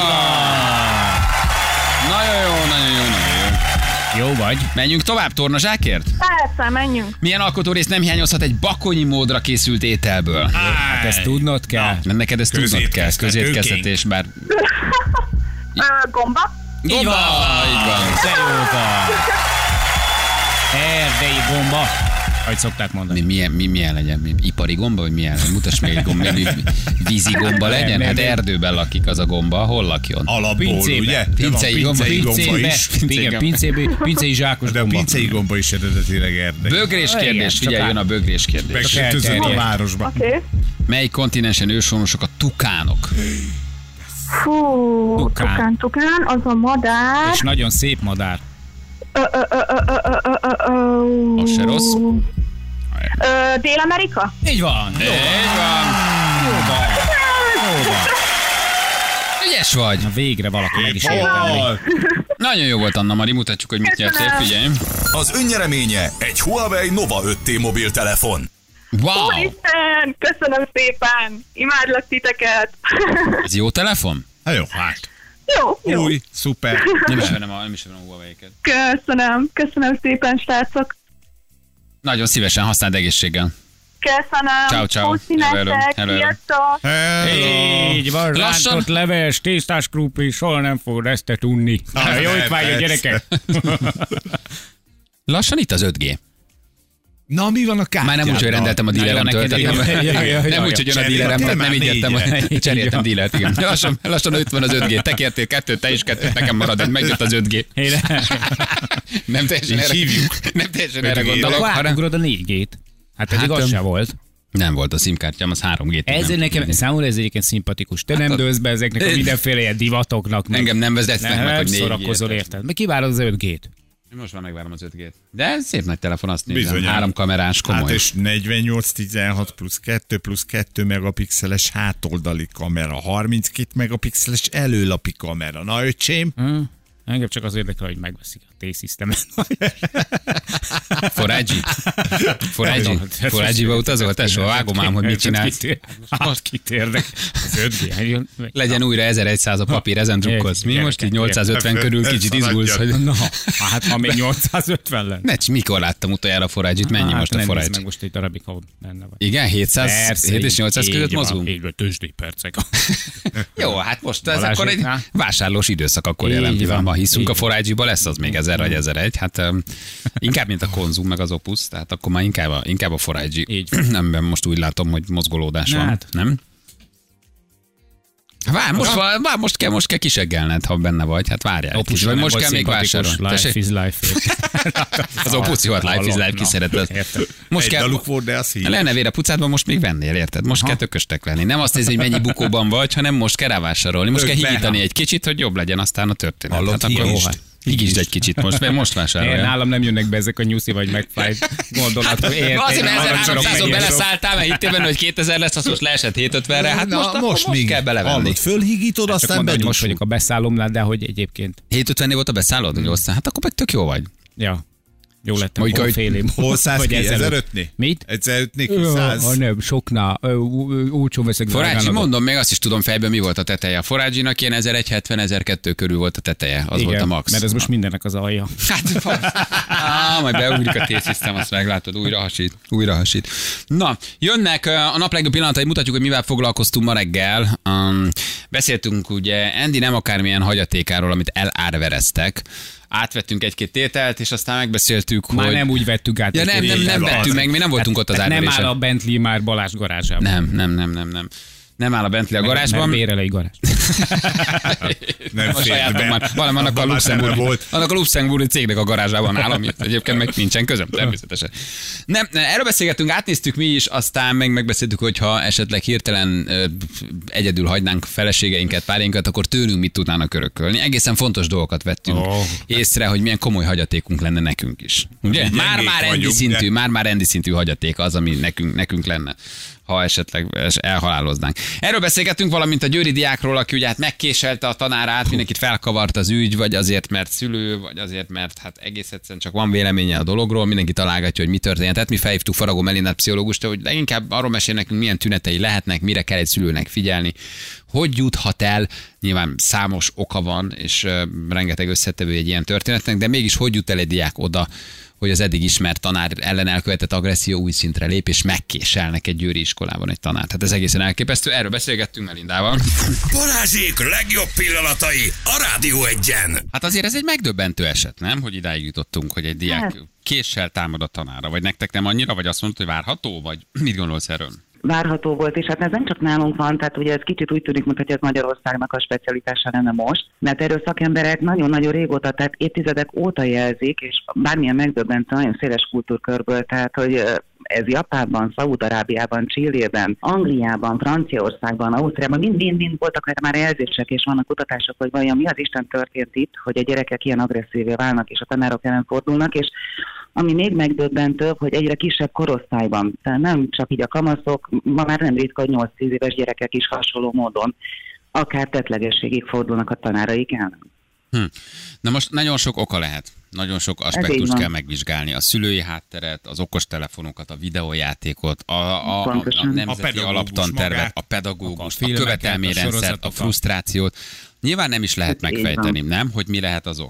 Nagyon jó, nagyon jó, nagyon jó. Jó vagy. Menjünk tovább tornazsákért? Persze, menjünk. Milyen alkotórész nem hiányozhat egy bakonyi módra készült ételből? Hát ezt tudnod kell. Mert neked ezt tudnod kell, közétkeztetés, bár... Ö, gomba. Gomba! Így van, így van. De jó van. Erdei gomba. Ahogy szokták mondani. Mi, milyen, mi, milyen legyen? Mi, ipari gomba, vagy milyen? Mutass meg egy gomba, mi, mi, vízi gomba legyen? Hát erdőben lakik az a gomba, hol lakjon? Alapból, Pincébe. ugye? Pincei gomba. Pincei gomba Pincébe, is. igen, pincébe, pincei zsákos De a gomba. pincei gomba is eredetileg erdei. Bögrés Igen, kérdés, csak figyelj, jön át- a bögrés kérdés. Megkötözöm a elterjedt. városba. Oké. Okay. Mely kontinensen őshonosok a tukánok? Fú, Tukán. tukán, tukán, az a madár. És nagyon szép madár. Ö, ö, ö, ö, ö, ö, ö, ö, ö. Az se rossz. Ö, Dél-Amerika? Így van. Jó Így van. Jó van. Jó van. Ügyes vagy. Na végre valaki meg is érdemli. Hol? Nagyon jó volt, Anna Mari, mutatjuk, hogy mit Köszönöm. nyertél, figyelj. Az önnyereménye egy Huawei Nova öt T mobiltelefon. Wow! Úristen, köszönöm szépen. Imádlak titeket. Ez jó telefon? Hát jó, hát. Jó, jó. Új, szuper. Nem is verem a, nem is verem a Huawei-ket. Köszönöm, köszönöm szépen, srácok. Nagyon szívesen, használd egészséggel. Köszönöm. Ciao, ciao. Puszi Hello, nektek, hello. sziasztok. Hello. Így van, Lassan- rántott leves, tésztás krumpli, soha nem fogod ezt te tudni. Ah, Jó ne, étvágyat, persze. gyerekek! Lassan itt az öt G. Na, mi van a kártyáddal? Már nem úgy, hogy rendeltem a díleremtől, neked tehát nem, igen. Ja, ja, ja, nem ja. úgy, hogy jön a Cseréltem dílerem, tehát nem már így értem, négyet. hogy cseréltem dílert, igen. Lassan, lassan öt van az öt G. Te kértél kettőt, te is kettőt, nekem marad, egy megjött az öt G. Én- Nem teljesen Így erre, hívjuk. nem teljesen öt erre G-re. gondolok, Akkor hanem átugrod a négy G-t. Hát eddig Hát, az öm, se volt. nem volt a szimkártyám, az három G. Ezért nekem, számomra ez egyébként szimpatikus. Te nem a- dőlsz be ezeknek a mindenféle ilyen divatoknak. meg- Engem nem vezetnek nem, meg, nem hogy négy szórakozol, G-t. érted? Meg kivárod az öt G-t. Most már megvárom az öt G-t. De szép nagy telefon, azt nézem. Bizonyám. Három kamerás, komoly. Hát és negyvennyolc tizenhat plusz kettő plusz kettő megapixeles hátoldali kamera, harminckét megapixeles előlapi kamera. Na, öcsém, Hm. Engem csak az érdekel, hogy megveszik a T-Systemet. Forágyi? Forágyi? Forágyiba utazol? Tesó, vágom ám, hogy mit csinálsz. Most kit érdekel. Az öt G. Legyen újra ezerszáz a papír, ezen drukkolsz. Mi most így nyolcszázötven körül kicsit izgulsz, hogy... Na, hát ha még nyolcszázötven lenne. Ne, mikor láttam utoljára Forágyit? Mennyi Hát most a ne nézd Forágy? meg most egy darabig, ha benne vagy. Igen, hétszáz, Persze, hét és így- nyolcszáz között így van, mozgunk? Így van, tőzsdei percek. Jó, hát most ez Balázséknál? akkor egy vásárlós időszak akkor Így jelen van, pillanatban. Hiszünk így a Forágyiba, lesz az még ezer vagy ezer-egy. Hát um, inkább, mint a Konzum, meg az Opus, tehát akkor már inkább a, inkább a Forágyi. Így. Nem, most úgy látom, hogy mozgolódás van. Hát. Nem? Vár, most, vár, vár, most, kell, most kell kiseggelned, ha benne vagy. Hát várjál. egy kicsit, vagy most kell még vásárolni. Life Tessék? is life. Az Opus jó, hát Life is Life kiszeretett. Most egy kell, daluk volt, de az hír. lenne vére pucátban, most még vennél, érted? Most kell tököstek lenni. Nem azt nézni, hogy mennyi bukóban vagy, hanem most kell rávásárolni. Most kell Tök higítani be. egy kicsit, hogy jobb legyen aztán a történet. Hallod, hát akkor higisd. most higisd egy kicsit most, mert most Én, vásárolja. nálam nem jönnek be ezek a nyuszi vagy megfájt gondolatok. Érted? Azért, mert Arra akarok ezerháromszázon menni. beleszálltál, mert hittél benne, hogy kétezer lesz, az most leesett hétszázötvenre. Hát Na, most, most, most, most még kell belevenni. hallod, fölhígítod, Csak aztán mondom, hogy most bedugsz. vagyok a beszállómnál, de hogy egyébként. hétszázötvennél volt a beszállod, hogy osztál? Hát akkor meg tök jó vagy. Ja. Jó lettem, Mondjuk, hol hogy fél év. Hol száz vagy ki? ezelőtt. ezerötnél? Mit? ezerötnél Ja, száz? nem, soknál. Ö, ö, Olcsó veszek. Forágyi, drágának. mondom, még azt is tudom fejben, mi volt a teteje. A Forágyinak ilyen ezerszázhetven ezerkétszáz körül volt a teteje, az Igen, volt a max. mert ez most mindennek az alja. Hát, á, majd beugrik a T-System, azt meglátod, újra hasít, újra hasít. Na, jönnek a nap legjobb pillanatai, mutatjuk, hogy mivel foglalkoztunk ma reggel. Um, beszéltünk ugye Andy nem akármilyen hagyatékáról, amit elárvereztek. Átvettünk egy-két tételt, és aztán megbeszéltük, Már hogy... nem úgy vettük át. Ja, nem, nem, nem Az. vettük meg, mi nem voltunk ott az Tehát nem árverésen. áll a Bentley már Balázs garázsában. Nem, nem, nem, nem, nem. Nem áll a Bentley a garázsban. Nem bérel egy garázs. Nem A sajátom fér már. be. Valami annak a Abban már benne luxemburgi, volt. annak a luxemburgi cégnek a garázsában áll, ami egyébként meg nincsen közöm, természetesen. Nem, erről beszélgettünk, átnéztük mi is, aztán meg megbeszéltük, hogy ha esetleg hirtelen ö, egyedül hagynánk feleségeinket, párjainkat, akkor tőlünk mit tudnának örökölni. Egészen fontos dolgokat vettünk Oh. észre, hogy milyen komoly hagyatékunk lenne nekünk is. Ugye? Mi Már-már gyengék rendi vagyunk, szintű, de- már-már rendi szintű hagyaték az, ami nekünk, nekünk lenne, ha esetleg elhaláloznánk. Erről beszélgettünk, valamint a győri diákról, aki valaki ugye hát megkéselte a tanárát, mindenkit felkavart az ügy, vagy azért, mert szülő, vagy azért, mert hát egész egyszerűen csak van véleménye a dologról, mindenki találgatja, hogy mi történt. Tehát mi felhívtuk Faragó Melinát pszichológust, hogy leginkább arról mesél nekünk, milyen tünetei lehetnek, mire kell egy szülőnek figyelni, hogy juthat el, nyilván számos oka van, és uh, rengeteg összetevő egy ilyen történetnek, de mégis hogy jut el egy diák oda, hogy az eddig ismert tanár ellen elkövetett agresszió új szintre lép, és megkéselnek egy győri iskolában egy tanárt. Hát ez egészen elképesztő. Erről beszélgettünk Melindával. Balázsék legjobb pillanatai a Rádió Egyen. Hát azért ez egy megdöbbentő eset, nem? Hogy idáig jutottunk, hogy egy diák Hát. késsel támad a tanára. Vagy nektek nem annyira, vagy azt mondod, hogy várható, vagy mit gondolsz erről? Várható volt, és hát ez nem csak nálunk van, tehát ugye ez kicsit úgy tűnik, mintha ez Magyarországnak a specialitása lenne most, mert erről szakemberek nagyon-nagyon régóta, tehát évtizedek óta jelzik, és bármilyen megdöbbentő, nagyon széles kultúrkörből, tehát hogy ez Japánban, Szaúd-Arábiában, Chilében, Angliában, Franciaországban, Ausztriában, mind-mind voltak már jelzések, és vannak kutatások, hogy vajon mi az Isten történt itt, hogy a gyerekek ilyen agresszívé válnak, és a tanárok ellen fordulnak, és ami még megdöbbentőbb, hogy egyre kisebb korosztályban, tehát nem csak így a kamaszok, ma már nem ritka, hogy nyolc-tíz éves gyerekek is hasonló módon akár tettlegességig fordulnak a tanáraik ellen. Hm. Na most nagyon sok oka lehet. Nagyon sok aspektust kell megvizsgálni. A szülői hátteret, az okostelefonokat, a videójátékot, a, a, a, a nemzeti a alaptantervet, magát, a pedagógust, a, a követelményrendszert, a, a frusztrációt. Nyilván nem is lehet megfejteni, nem? Hogy mi lehet az ok?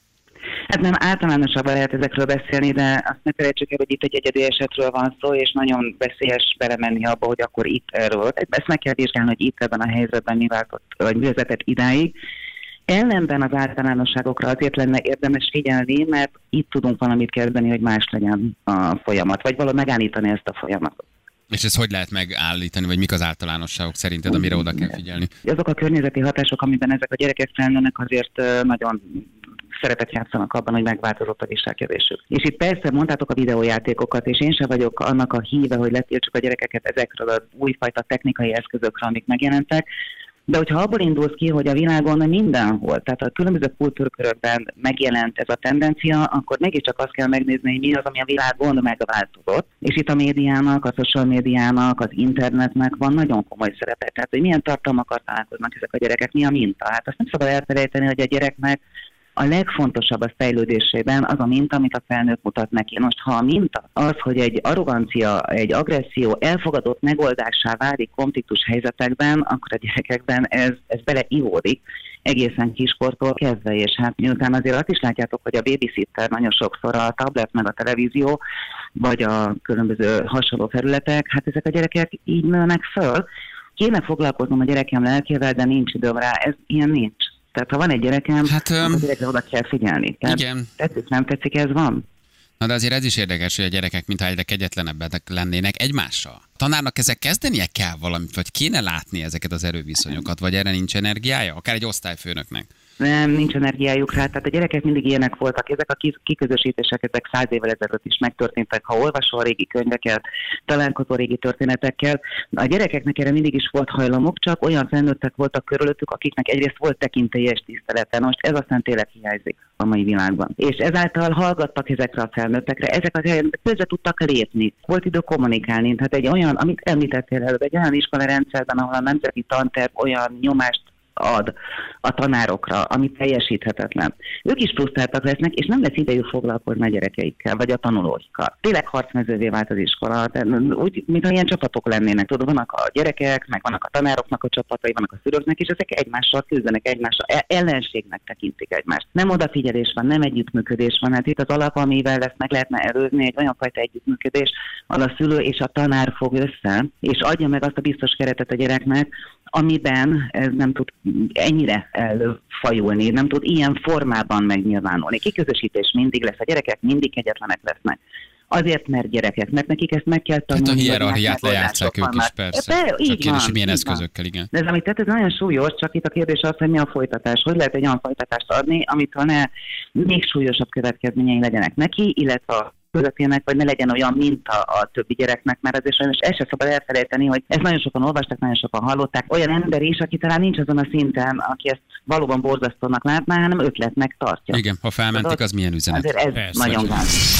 Hát nem általánosabban lehet ezekről beszélni, de azt ne felejtsük el, hogy itt egy egyedi esetről van szó, és nagyon veszélyes belemenni abba, hogy akkor itt erről. Ezt meg kell vizsgálni, hogy itt ebben a helyzetben mi váltott, vagy mi vezetett idáig. Ellenben az általánosságokra azért lenne érdemes figyelni, mert itt tudunk valamit kezdeni, hogy más legyen a folyamat, vagy valahogy megállítani ezt a folyamatot. És ezt hogy lehet megállítani, vagy mik az általánosságok szerinted, amire oda kell figyelni? Azok a környezeti hatások, amiben ezek a gyerekek felnőnek, azért nagyon szerepet játszanak abban, hogy megváltozott a viselkedésük. És itt persze mondtátok a videójátékokat, és én sem vagyok annak a híve, hogy letiltsuk a gyerekeket ezekről az újfajta technikai eszközökről, amik megjelentek, de hogyha abból indulsz ki, hogy a világon mindenhol, tehát a különböző kultúrkörökben megjelent ez a tendencia, akkor mégiscsak azt kell megnézni, hogy mi az, ami a világon megváltozott. És itt a médiának, a social médiának, az internetnek van nagyon komoly szerepe. Tehát, hogy milyen tartalmakkal találkoznak ezek a gyerekek, mi a minta. Hát azt nem szabad elfelejteni, hogy a gyereknek a legfontosabb a fejlődésében az a minta, amit a felnőtt mutat neki. Most ha a minta az, hogy egy arrogancia, egy agresszió elfogadott megoldásá válik konfliktus helyzetekben, akkor a gyerekekben ez, ez beleivódik egészen kiskortól kezdve, és hát miután azért azt is látjátok, hogy a babysitter nagyon sokszor a tablet meg a televízió, vagy a különböző hasonló felületek, hát ezek a gyerekek így nőnek föl. Kéne foglalkoznom a gyerekem lelkével, de nincs időm rá, ez ilyen nincs. Tehát ha van egy gyerekem, hát, akkor a gyerekre oda kell figyelni. Tehát igen. Tetszik, nem tetszik, ez van. Na de azért ez is érdekes, hogy a gyerekek mintha egyre kegyetlenebbek lennének egymással. Tanárnak ezek kezdenie kell valamit, vagy kéne látni ezeket az erőviszonyokat, vagy erre nincs energiája? Akár egy osztályfőnöknek. Nem, nincs energiájuk rá, tehát a gyerekek mindig ilyenek voltak. Ezek a kiközösítések, ezek száz évvel ezelőtt is megtörténtek. Ha olvasol a régi könyveket, találkozol régi történetekkel, a gyerekeknek erre mindig is volt hajlamok, csak olyan felnőttek voltak körülöttük, akiknek egyrészt volt tekintélyes tisztelete. Most ez aztán tényleg hiányzik a mai világban. És ezáltal hallgattak ezekre a felnőttekre, ezek a felnőttek közre tudtak lépni. Volt idő kommunikálni, tehát egy olyan, amit említettél előbb, egy olyan iskolarendszerben, ahol a nemzeti tanterv olyan nyomást ad a tanárokra, ami teljesíthetetlen. Ők is frusztráltak lesznek, és nem lesz idejük foglalkozni a gyerekeikkel, vagy a tanulóikkal. Tényleg harcmezővé vált az iskola, de úgy, mintha ilyen csapatok lennének. Tudod, vannak a gyerekek, meg vannak a tanároknak a csapatai, vannak a szülőknek, és ezek egymással küzdenek, egymással ellenségnek tekintik egymást. Nem odafigyelés van, nem együttműködés van. Hát itt az alap, amivel ezt meg lehetne előzni, egy olyan fajta együttműködés, ahol a szülő és a tanár fog össze, és adja meg azt a biztos keretet a gyereknek, amiben ez nem tud ennyire előfajulni, nem tud ilyen formában megnyilvánulni. Kiközösítés mindig lesz, a gyerekek mindig kegyetlenek lesznek. Azért, mert gyerekek, mert nekik ezt meg kell tanulni. Tehát a hierarchiát lejátszák ők is, persze. De, csak így kérdés, van, milyen így eszközökkel, van. igen. De ez, amit tett, ez nagyon súlyos, csak itt a kérdés az, hogy mi a folytatás. Hogy lehet egy olyan folytatást adni, amitől ne még súlyosabb következményei legyenek neki, illetve a közöttének, vagy ne legyen olyan minta a többi gyereknek, mert azért sajnos el sem szabad elfelejteni, hogy ezt nagyon sokan olvastak, nagyon sokan hallották. Olyan ember is, aki talán nincs azon a szinten, aki ezt valóban borzasztónak látná, hanem ötletnek tartja. Igen, ha felmentik, az milyen üzenet. Azért ez Persze. nagyon gáz.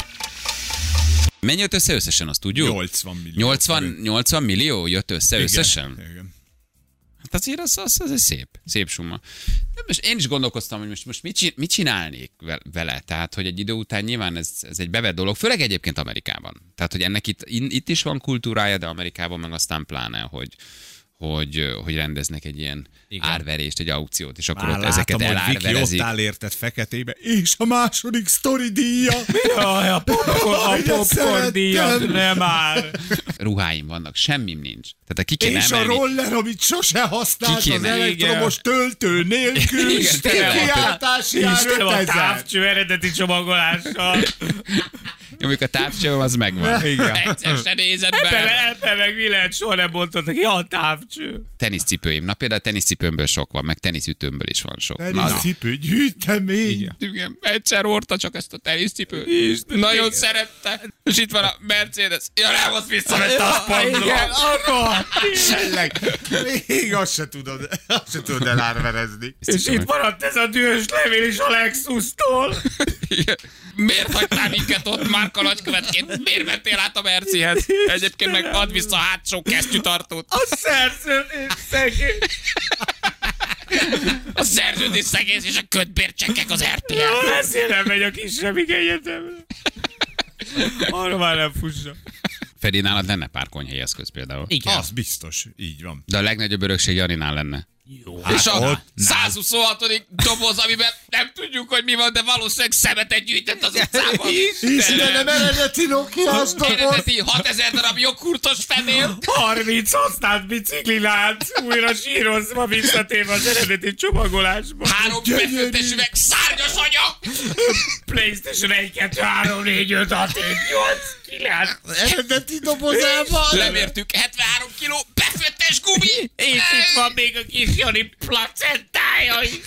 Mennyi jött össze összesen, azt tudjuk? nyolcvan millió. nyolcvan, nyolcvan millió jött össze Igen, összesen? igen. Hát azért az, az, az egy szép, szép summa. De most én is gondolkoztam, hogy most, most mit, csin- mit csinálnék vele. Tehát, hogy egy idő után nyilván ez, ez egy bevett dolog, főleg egyébként Amerikában. Tehát, hogy ennek itt, itt is van kultúrája, de Amerikában meg aztán pláne, hogy, hogy, hogy rendeznek egy ilyen igen. árverést, egy aukciót, és akkor Már ott látom, ezeket elárverezik. hogy Viki, ott áll érted feketébe, és a második sztori díja. Jaj, a popcorn, a popcorn díjat nem áll. Ruháim vannak, semmim nincs. Tehát ki kéne És emelni. a roller, amit sose használt Ki az kéne, elektromos töltő nélkül, Igen, tényleg. kiáltási ár Istenem, a ötezer. távcső eredeti csomagolással. Amikor a távcsőm az megvan. Egyszer se nézed Ebben, be. ebben meg mi lehet, soha nem mondtad, ja, a távcső. Teniszcipőim. Na például a teniszcipőmből sok van, meg teniszütőmből is van sok. Na, na. Teniszcipő, gyűjtemény. Igen, egyszer hordta csak ezt a teniszcipőt. Nagyon szerette. És itt van a Mercedes. Ja, nem, azt visszavette a sportról. Igen, arra. Tényleg. Még azt se tudod, azt se tudod elárverezni. És itt maradt ez a dühös levél is a Lexus-tól. Igen. Miért hagytál minket ott Márka nagykövetként? Miért mentél át a Mercihez? Egyébként meg add vissza a hátsó kesztyűtartót. A szerződés szegény. A szerződés szegész és a kötbércsekkek az er té el. Ezért nem megy a kisebbik egyetemre. Arra már nem fussa. Feri, nálad lenne pár konyhai eszköz például. Igen. Az biztos, így van. De a legnagyobb örökség Janinál lenne. Jó. És a ott- százhuszonhatodik doboz, amiben nem tudjuk, hogy mi van, de valószínűleg szemetet gyűjtött az utcában. Istenem, eredeti Nokiás doboz. Eredeti hatezer darab joghurtos fenél. harminc használt biciklilánc, újra sírozva visszatérve az eredeti csomagolásba. Három befőttes üveg szárnyas anyag. PlayStation egy, kettő, három, négy, öt, hat, hét, nyolc, kilenc. Eredeti dobozában. Lemértük hetvenhárom kiló befőttes gumi. És itt van még a kis Jani placentája is.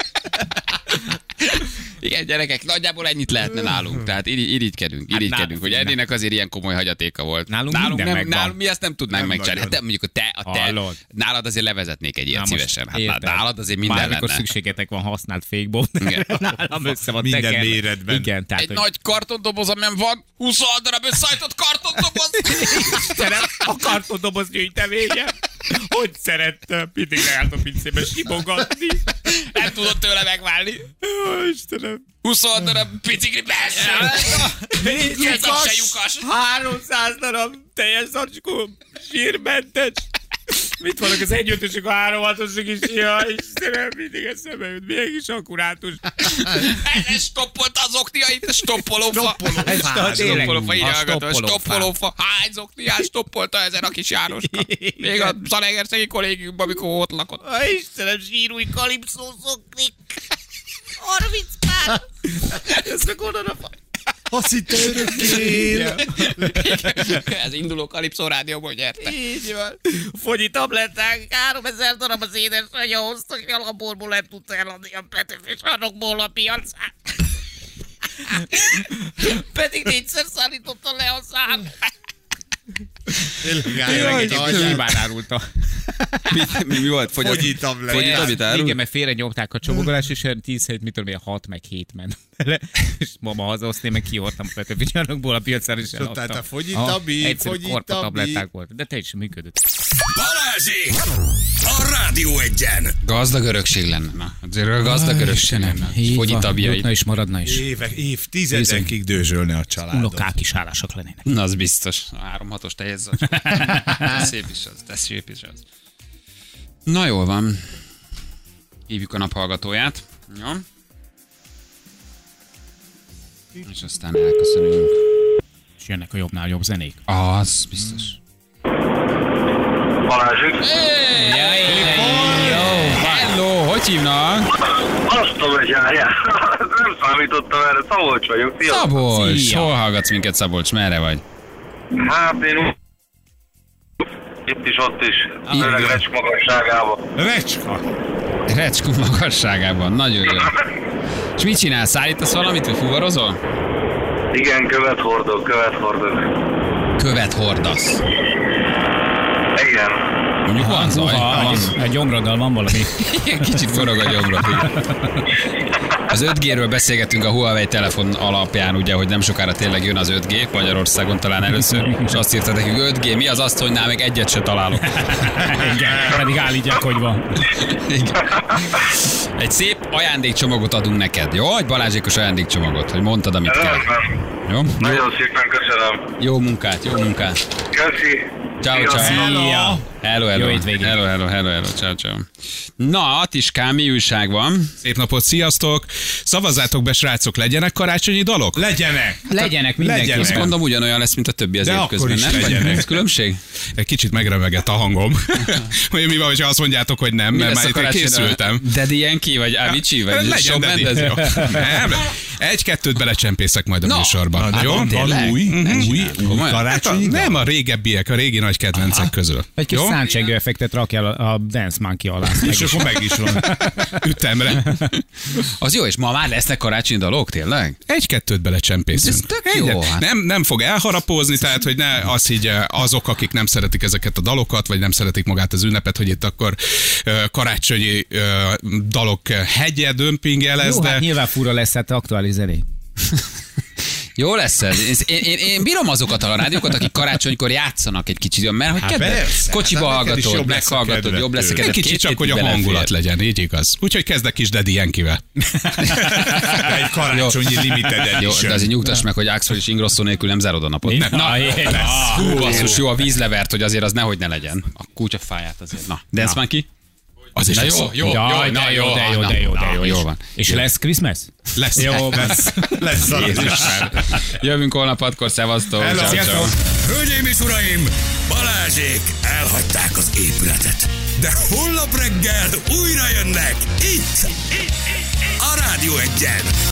Igen, gyerekek, nagyjából ennyit lehetne nálunk. Tehát iri- irigykedünk, irigykedünk, nálunk- hogy Eddinek azért ilyen komoly hagyatéka volt. Nálunk minden nem, megvan. nálunk mi ezt nem tudnánk Nem megcsinálni. Hát nagyon. de mondjuk a te, a te Hallod? nálad azért levezetnék egy ilyet Na most szívesen. Hát érted. nálad azért minden Már amikor lenne. szükségetek van használt fékbomb, Igen. nálam össze van Minden tekerve. méretben. Igen, tehát, Egy hogy nagy kartondoboz, amiben van huszonhat darab összeállított kartondoboz. Istenem, a kartondoboz gyűjteménye. Hogy szerettem, mindig leálltam pincébe simogatni. Nem tudod tőle megválni. Ó, Istenem. huszonhat darab bicikli belső. Ez az se lyukas. háromszáz darab teljes zacskó, sírmentes. Mit vannak az egyötösök, a három hatosok is? Ja, Istenem, mindig eszembe jut. Milyen kis akkurátus. Ez stoppolta az okniait, a stoppolófa. Stoppolófa, tényleg. Stoppolófa, így A hallgató, a stoppolófa. stoppolófa. Hány okniát stoppolta ezen a kis Jánoska? Még a Zalaegerszegi kollégiumban, amikor ott lakott. A Istenem, zsírúj kalipszózoknik. harminc pár. Ez meg onnan a fa... Azt hitte örökké. Ez induló Kalipszó rádióból nyerte. Így van. Fogyi tabletták, háromezer darab az édesanyja hozta, hogy a laborból nem tudta eladni a Petőfi sarokból a piacán. Pedig négyszer szállította le a szám. Nyilván árulta. Mi, mi, mi volt? Fogyat, Fogyi tablet. Fogyi tablet. Igen, mert félre nyomták a csomagolás, és tíz helyett, mit tudom, hat meg hét ment bele. És mama hazahoztam, meg kihordtam a Petőfi sarokból a piacán, és eladtam. Tehát a Fogyi Aha, tabi, egyszerű Fogyi korpa tabi. tabletták volt, de te is működött. Balázsék! A Rádió Egyen! Gazdag örökség lenne. Na, azért a gazdag örökség lenne. Fogyi tabjait. Jutna is, maradna is. Évek, évtizedekig dőzsölne a családot. Unokák is hálásak lennének. Na, az biztos. A három hatos teljes szép is az, de szép is az. Na, jól van. Hívjuk a naphallgatóját. Jó. És aztán elköszönünk. És jönnek a jobbnál jobb zenék. Az biztos. Balázsik. Hello, hogy hívnak? Azt a becsárját. Nem számítottam erre, Szabolcs vagyok. Szia. Szabolcs, Szia. hol hallgatsz minket, Szabolcs? Merre vagy? Hát én itt is, ott is. Főleg Recs magasságában. Recska. Recskú magasságában, nagyon jó. És mit csinálsz? Szállítasz valamit, vagy fuvarozol? Igen, követ hordok, követ hordok. Követ hordasz. Igen. Mondjuk van zaj. Uha, Van. a gyomroddal van valami. Igen, kicsit forog a gyomrod. Az öt G-ről beszélgetünk a Huawei telefon alapján, ugye, hogy nem sokára tényleg jön az öt G, Magyarországon talán először, és azt írta nekünk, öt G, mi az azt, hogy még egyet se találok. Igen, pedig állítják, hogy van. Igen. Egy szép ajándékcsomagot adunk neked, jó? Egy Balázsékos ajándékcsomagot, hogy mondtad, amit kell. Jó? Nagyon szépen köszönöm. Jó munkát, jó munkát. Köszi. Ciao, ciao. Szia! Hello, hello. Jó hétvégét. Hello, hello, hello, hello. Ciao, ciao. Na, Atiskám, mi újság van? Szép napot, sziasztok! Szavazzátok be, srácok, legyenek karácsonyi dalok? Legyenek! Legyenek mindenki. Azt mondom, ugyanolyan lesz, mint a többi az De év akkor közben, is nem? Vagy legyenek. ez különbség? Egy kicsit megremegett a hangom. Hogy mi van, hogyha azt mondjátok, hogy nem, Mi mert lesz már a itt karácsonyra? készültem. Daddy Yankee, vagy Avicii, vagy Legyen Shawn Daddy. Mendes? Jó. Nem, egy-kettőt belecsempészek majd a Na, műsorban. na, Jó? van tényleg? új, Ne új, csinálj, új komolyan? karácsonyi dal? Nem a régebbiek, a régi nagy kedvencek közül. Egy kis Jó? száncsengő effektet rakjál a, a Dance Monkey alá. És akkor meg is van. Ütemre. Az jó, és ma már lesznek karácsonyi dalok, tényleg? Egy-kettőt belecsempészünk. Ez tök jó, Egyet. hát. Nem, nem fog elharapózni, tehát hogy ne az így azok, akik nem szeretik ezeket a dalokat, vagy nem szeretik magát az ünnepet, hogy itt akkor ö, karácsonyi ö, dalok hegye, dömpingje lesz, Jó, de... hát nyilván fura lesz, hát aktuális zené. Jó lesz ez. Én, én, én bírom azokat a rádiókat, akik karácsonykor játszanak egy kicsit, mert hogy Hát kedve, persze, kocsiba hát neked is hallgatod, jobb lesz a meghallgatod, kedved jobb lesz a tőle. kedved. Egy kicsit Két csak, hogy hétig a hangulat belefér. legyen, így igaz. Úgyhogy kezdek is Daddy Yankivel. Egy karácsonyi limited Jó, de edition. azért nyugtass meg, hogy Axel és Ingrosso nélkül nem zárod a napot. Na, Na, lesz. hú, basszus, jó a vízlevert, hogy azért az nehogy ne legyen. A kutyafáját azért. Na, Dance Monkey? Az is Na lesz. jó, jó, Jaj, jó, de na jó, de jó, na, de jó, de na, jó. Jó És- van. És lesz Christmas? Lesz. Jó, lesz. Lesz. Jézus. Jövünk holnap hatkor, szevasztok. Hello, Ciao, ciao. sziasztok. Hölgyeim és uraim, Balázsék elhagyták az épületet, de holnap reggel újra jönnek itt, itt, itt, itt. a Rádió Egyen.